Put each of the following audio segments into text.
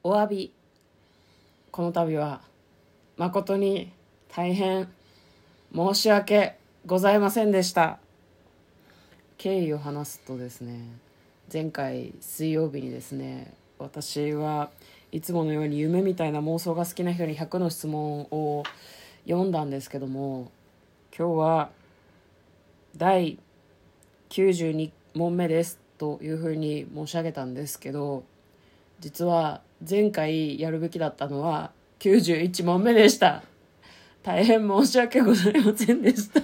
お詫び。この度は誠に大変申し訳ございませんでした。経緯を話すとですね、前回水曜日にですね、私はいつものように夢みたいな妄想が好きな人に100の質問を読んだんですけども、今日は第92問目ですというふうに申し上げたんですけど、実は前回やるべきだったのは91問目でした。大変申し訳ございませんでした。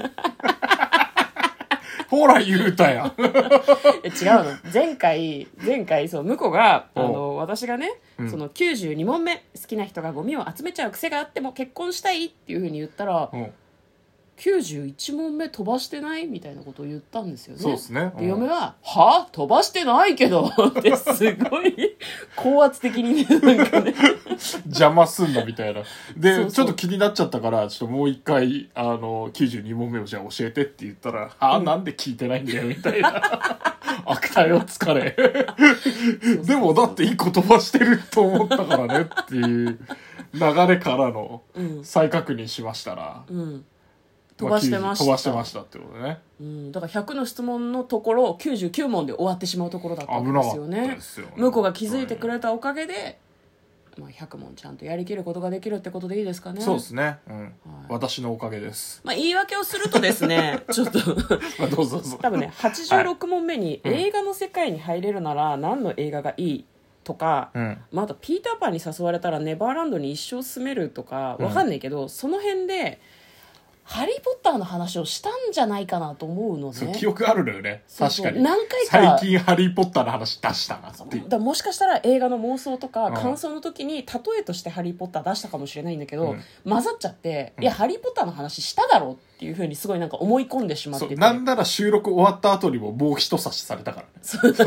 ほら言うたやん。 違うの。前回そう向こうが私がね、その92問目好きな人がゴミを集めちゃう癖があっても結婚したいっていうふうに言ったら、91問目飛ばしてないみたいなことを言ったんですよね。 そうですね。 で嫁はは飛ばしてないけどってすごい高圧的にね、なんかね邪魔すんなみたいな。でそうちょっと気になっちゃったからちょっともう一回92問目をじゃあ教えてって言ったら、なんで聞いてないんだよみたいな悪態をつかれでもだっていい言葉してると思ったからねっていう流れからの再確認しましたら、 飛ばしてました。 飛ばしてましたってことね。 だから100の質問のところ99問で終わってしまうところだったんですよね。 危なかったですよね。 向こうが気づいてくれたおかげで、100問ちゃんとやりきることができるってことでいいですかね。 そうですね、私のおかげです。 言い訳をするとですねちょっとどうぞどうぞ。 多分ね86問目に映画の世界に入れるなら何の映画がいいとか、あとピーターパンに誘われたらネバーランドに一生住めるとかわかんないけど、その辺でハリー・ポッターの話をしたんじゃないかなと思うのね。 そう記憶あるのよね。確かに何回か最近ハリー・ポッターの話出したなっていう。 だもしかしたら映画の妄想とか感想の時に例えとしてハリー・ポッター出したかもしれないんだけど、混ざっちゃって、いやハリー・ポッターの話しただろうっていうふうにすごいなんか思い込んでしまってて、 なんなら収録終わった後にももう一差しされたからね。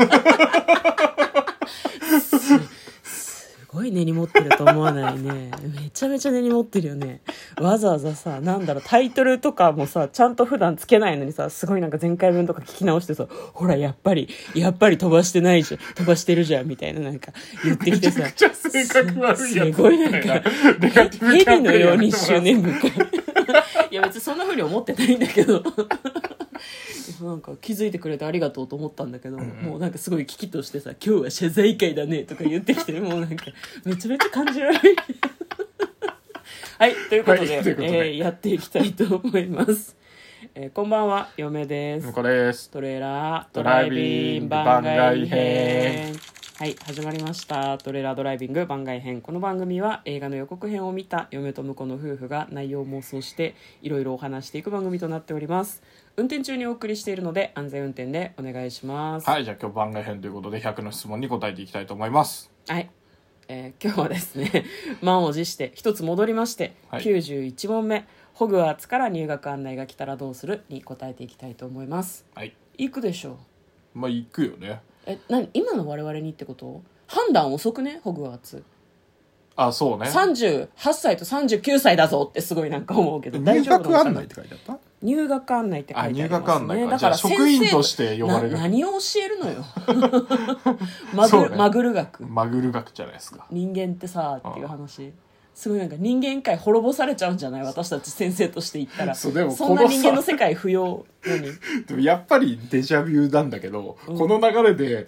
すごい根に持ってると思わないね。めちゃめちゃ根に持ってるよね。わざわざさ、タイトルとかもさちゃんと普段つけないのにさ、すごいなんか前回分とか聞き直してさ、ほらやっぱり飛ばしてないじゃん、飛ばしてるじゃんみたいななんか言ってきてさ、 めちゃくちゃ性格悪いやつ。 すごいなんか蛇のように執念深いいや別にそんな風に思ってないんだけどなんか気づいてくれてありがとうと思ったんだけど、もうなんかすごい危機としてさ、今日は謝罪会だねとか言ってきて、もうなんかめちゃめちゃ感じ悪いはいということで、やっていきたいと思います。こんばんは、嫁です。 向こうです。 トレーラードライビング番外編。はい、始まりました。トレーラードライビング番外編。この番組は映画の予告編を見た嫁と婿の夫婦が内容を妄想していろいろお話していく番組となっております。運転中にお送りしているので安全運転でお願いします。 はい、じゃあ今日番外編ということで100の質問に答えていきたいと思います。 はい、今日はですね満を持して一つ戻りまして、91問目ホグワーツから入学案内が来たらどうするに答えていきたいと思います。 はい、 行くでしょう。行くよね。 今の我々にってこと？判断遅くね、ホグワーツ。 そうね。 38歳と39歳だぞってすごいなんか思うけど、 入学案内って書いてあった？ 入学案内って書いてありますね。 入学案内か。 だから職員として呼ばれる。 何を教えるのよマグル学。 マグル学じゃないですか。 人間ってさっていう話。すごいなんか人間界滅ぼされちゃうんじゃない？私たち先生として言ったら。 でもそんな人間の世界不要。 でもやっぱりデジャビュなんだけど、この流れで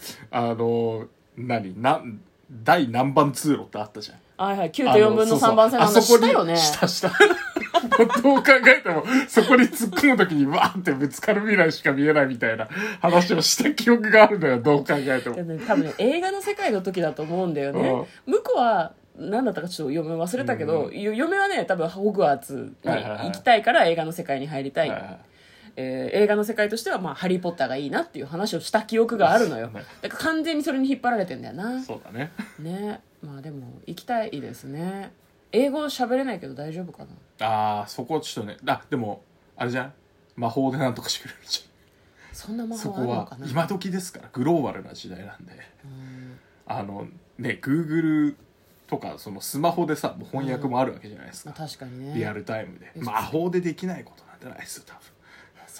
第何番通路ってあったじゃん。 はいはい、9と4分の3番線の話したよね。 したどう考えてもそこに突っ込む時にわーってぶつかる未来しか見えないみたいな話をした記憶があるのよ。どう考えても多分ね、映画の世界の時だと思うんだよね。向こうは何だったかちょっと嫁忘れたけど、嫁はね多分ホグワーツに行きたいから映画の世界に入りたい、映画の世界としてはハリー・ポッターがいいなっていう話をした記憶があるのよ。だから完全にそれに引っ張られてんだよな。 そうだね。 でも行きたいですね。英語喋れないけど大丈夫かな。そこちょっとね。でもあれじゃん、魔法でなんとかしてくれるじゃん。そんな魔法あるのかな。 そこは今時ですから、グローバルな時代なんで、Google とかそのスマホでさ、もう翻訳もあるわけじゃないですか。 確かにね。 リアルタイムで魔法でできないことなんてないですよ多分。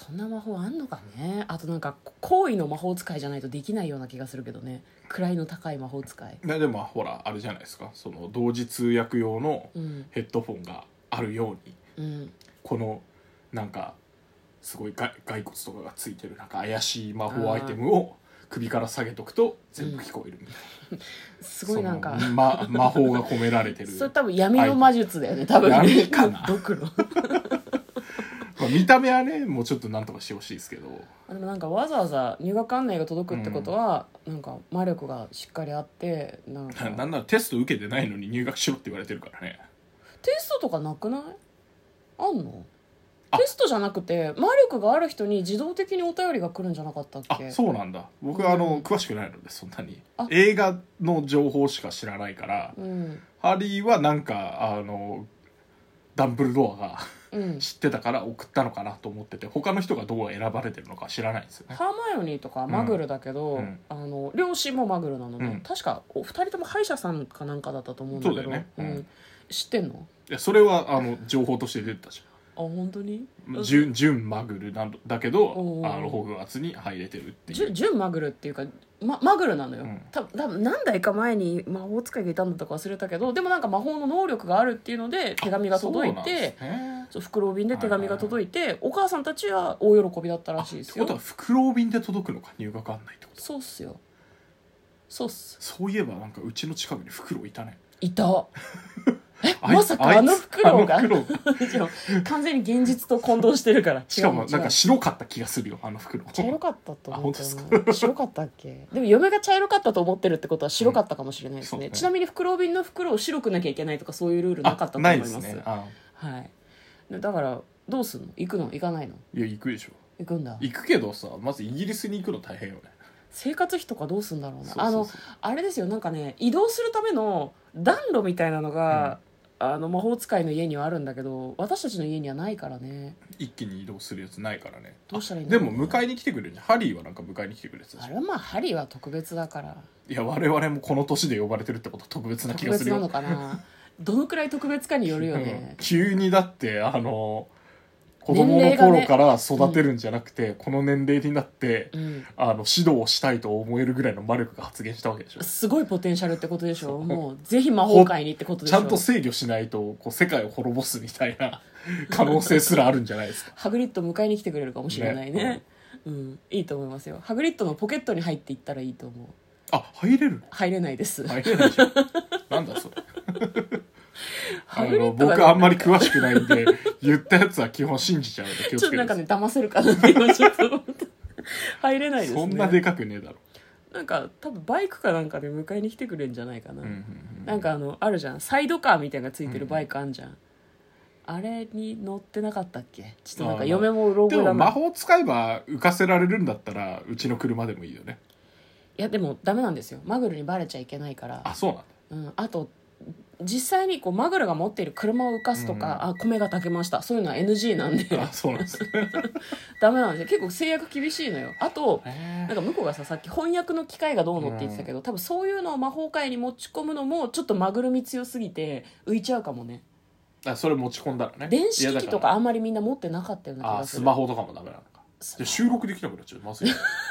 そんな魔法あんのかね。あとなんか行為の魔法使いじゃないとできないような気がするけどね、位の高い魔法使い。 でもほらあれじゃないですか、その同時通訳用のうんヘッドフォンがあるように、 うんこのなんかすごい骸骨とかがついてるなんか怪しい魔法アイテムを首から下げとくと全部聞こえるみたいな、 すごいなんかその魔法が込められてるそれ多分闇の魔術だよね多分ね。 闇かなドクロまあ見た目はねもうちょっとなんとかしてほしいですけど、 でもなんかわざわざ入学案内が届くってことは、なんか魔力がしっかりあってなんかなんならテスト受けてないのに入学しろって言われてるからね。 テストとかなくない？あんの？ あテストじゃなくて魔力がある人に自動的にお便りが来るんじゃなかったっあけ？ そうなんだ。僕は詳しくないのでそんなにあ映画の情報しか知らないから、 うんハリーはなんかダンブルドアがうん知ってたから送ったのかなと思ってて、他の人がどう選ばれてるのか知らないんですよね。 ハーマイオニーとかマグルだけど、 うん両親もマグルなのね、 うん確かお二人とも歯医者さんかなんかだったと思うんだけどそうだよねうん知ってんの？ いやそれは情報として出てたじあ本当に？ ゃん。純マグルなんだけどおーホグワーツに入れてるっていう。 純マグルっていうか、マグルなのよ、 うん多分何代か前に魔法使いがいたんだとか忘れたけど、でもなんか魔法の能力があるっていうので手紙が届いそうなんでてすね。 そう袋便で手紙が届いて、お母さんたちは大喜びだったらしいですよ。 ってことは袋便で届くのか入学案内ってこと。 そうっすよ、そうっす。 そういえばなんかうちの近くに袋いたね。 いたあいまさかあの袋があの袋でも完全に現実と混同してるから。 しかもなんか違う白かった気がするよあの袋。 茶色かったと思ったよあ本な。白かったっけ？でも嫁が茶色かったと思ってるってことは白かったかもしれないですね、 そうねちなみに袋瓶の袋を白くなきゃいけないとかそういうルールなかったと思ないいますですね。 はいでだからどうすんの？行くの？行かないの？ いや行くでしょ。 行くんだ。 行くけどさまずイギリスに行くの大変よね。 生活費とかどうすんだろうな。 そうそうそうあれですよ、なんかね移動するための暖炉みたいなのが、魔法使いの家にはあるんだけど私たちの家にはないからね。 一気に移動するやつないからね。 どうしたらいいんだでろうねも迎えに来てくれるじゃん。ハリーはなんか迎えに来てくれてたじゃん。 あれはまあハリーは特別だから。 いや我々もこの年で呼ばれてるってことは特別な気がするよ。 特別なのかなどのくらい特別かによるようんね。 急にだって子供の頃から育てるんじゃなくて、この年齢になって、 うん指導をしたいと思えるぐらいの魔力が発現したわけでしょ。 すごいポテンシャルってことでしょ。 そうもうぜひ魔法界にってことでしょ。 ちゃんと制御しないとこう世界を滅ぼすみたいな可能性すらあるんじゃないですか。 ハグリッド迎えに来てくれるかもしれないねねうんいいと思いますよ。ハグリッドのポケットに入っていったらいいと思う。 あ入れる入れないです、 入れないじゃん。なんだそれ。 ハグリッドが僕あんまり詳しくないんで言ったやつは基本信じちゃうので気をちょっとつけてください。 なんかね騙せるかなって今ちょっと思った入れないですね。 そんなでかくねえだろ。 なんか多分バイクかなんかで迎えに来てくれるんじゃないかな、 うんうんうんなんかあるじゃんサイドカーみたいなのがついてるバイクあんじゃん、あれに乗ってなかったっけ？ちょっとなんか嫁もうろでも覚えだな。 魔法使えば浮かせられるんだったらうちの車でもいいよね。 いやでもダメなんですよ、マグルにバレちゃいけないから。 あそうなんだ。 あと実際にこうマグルが持っている車を浮かすとか、あ米が炊けましたそういうのは NG なんであそうなんですね。 ダメなんですよ。結構制約厳しいのよ。あとへなんか向こうがさっき翻訳の機械がどうのって言ってたけど、多分そういうのを魔法界に持ち込むのもちょっとマグルみ強すぎて浮いちゃうかもね。 あそれ持ち込んだらね。 電子機器といやだらかあんまりみんな持ってなかったような気がする。 スマホとかもダメなのか。で収録できなくなっちゃう。まずい。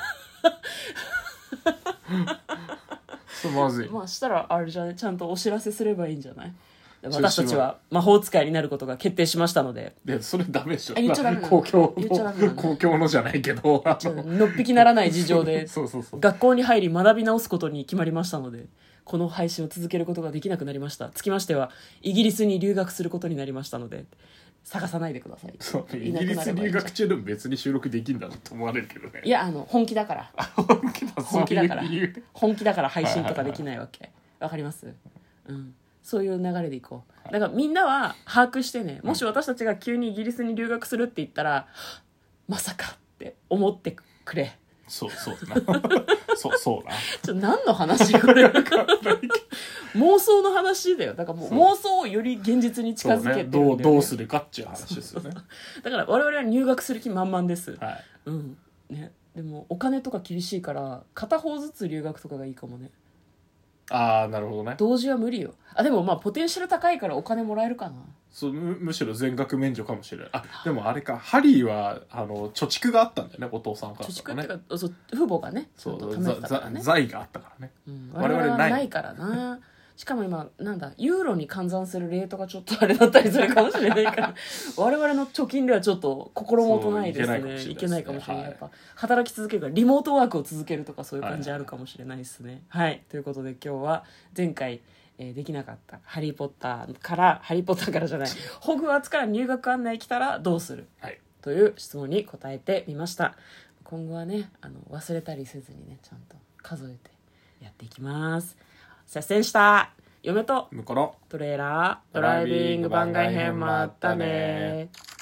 それまずい。 まあしたらあれじゃね、ちゃんとお知らせすればいいんじゃない？ れ私たちは魔法使いになることが決定しましたので。 でそれダメでしょ。 言っちゃダメなの公共言っちゃダメなのの公共のじゃないけどのっぴきならない事情でそうそうそう。 学校に入り学び直すことに決まりましたので、この配信を続けることができなくなりました。つきましてはイギリスに留学することになりましたので探さないでください。 そうイいなくギリスなればいい留学中でも別に収録できんだろうと思われるけどね。 いや本気だから本気だ本気だからそういう理由で本気だから配信とかできないわけ。わかります？そういう流れでいこう。だからみんなは把握してね、もし私たちが急にイギリスに留学するって言ったら、まさかって思ってくれ。 そうなそうな。 何の話これ妄想の話だよ。だからもう妄想をより現実に近づけてるんだよね。 どうするかっていう話ですよね。 だから我々は入学する気満々です。 はいね。でもお金とか厳しいから片方ずつ留学とかがいいかもね。 ああなるほどね。 同時は無理よ。あ、でもまあポテンシャル高いからお金もらえるかな。 そうむしろ全額免除かもしれない。あでもあれか、ハリーは貯蓄があったんだよね、お父さんから貯とかね。 蓄っていうか、そう父母がねちゃんと貯めてたからね。 財があったからね、 我々はないからな。しかも今なんだユーロに換算するレートがちょっとあれだったりするかもしれないから我々の貯金ではちょっと心もとないですね。いけないかもしれない。やっぱ働き続けるからリモートワークを続けるとかそういう感じあるかもしれないですね。はいということで今日は前回できなかったハリーポッターからじゃないホグワーツから入学案内来たらどうする、 はい、 という質問に答えてみました。今後はね忘れたりせずにねちゃんと数えてやっていきます。接戦した嫁と向こうのトレーラードライビング番外編もあったね。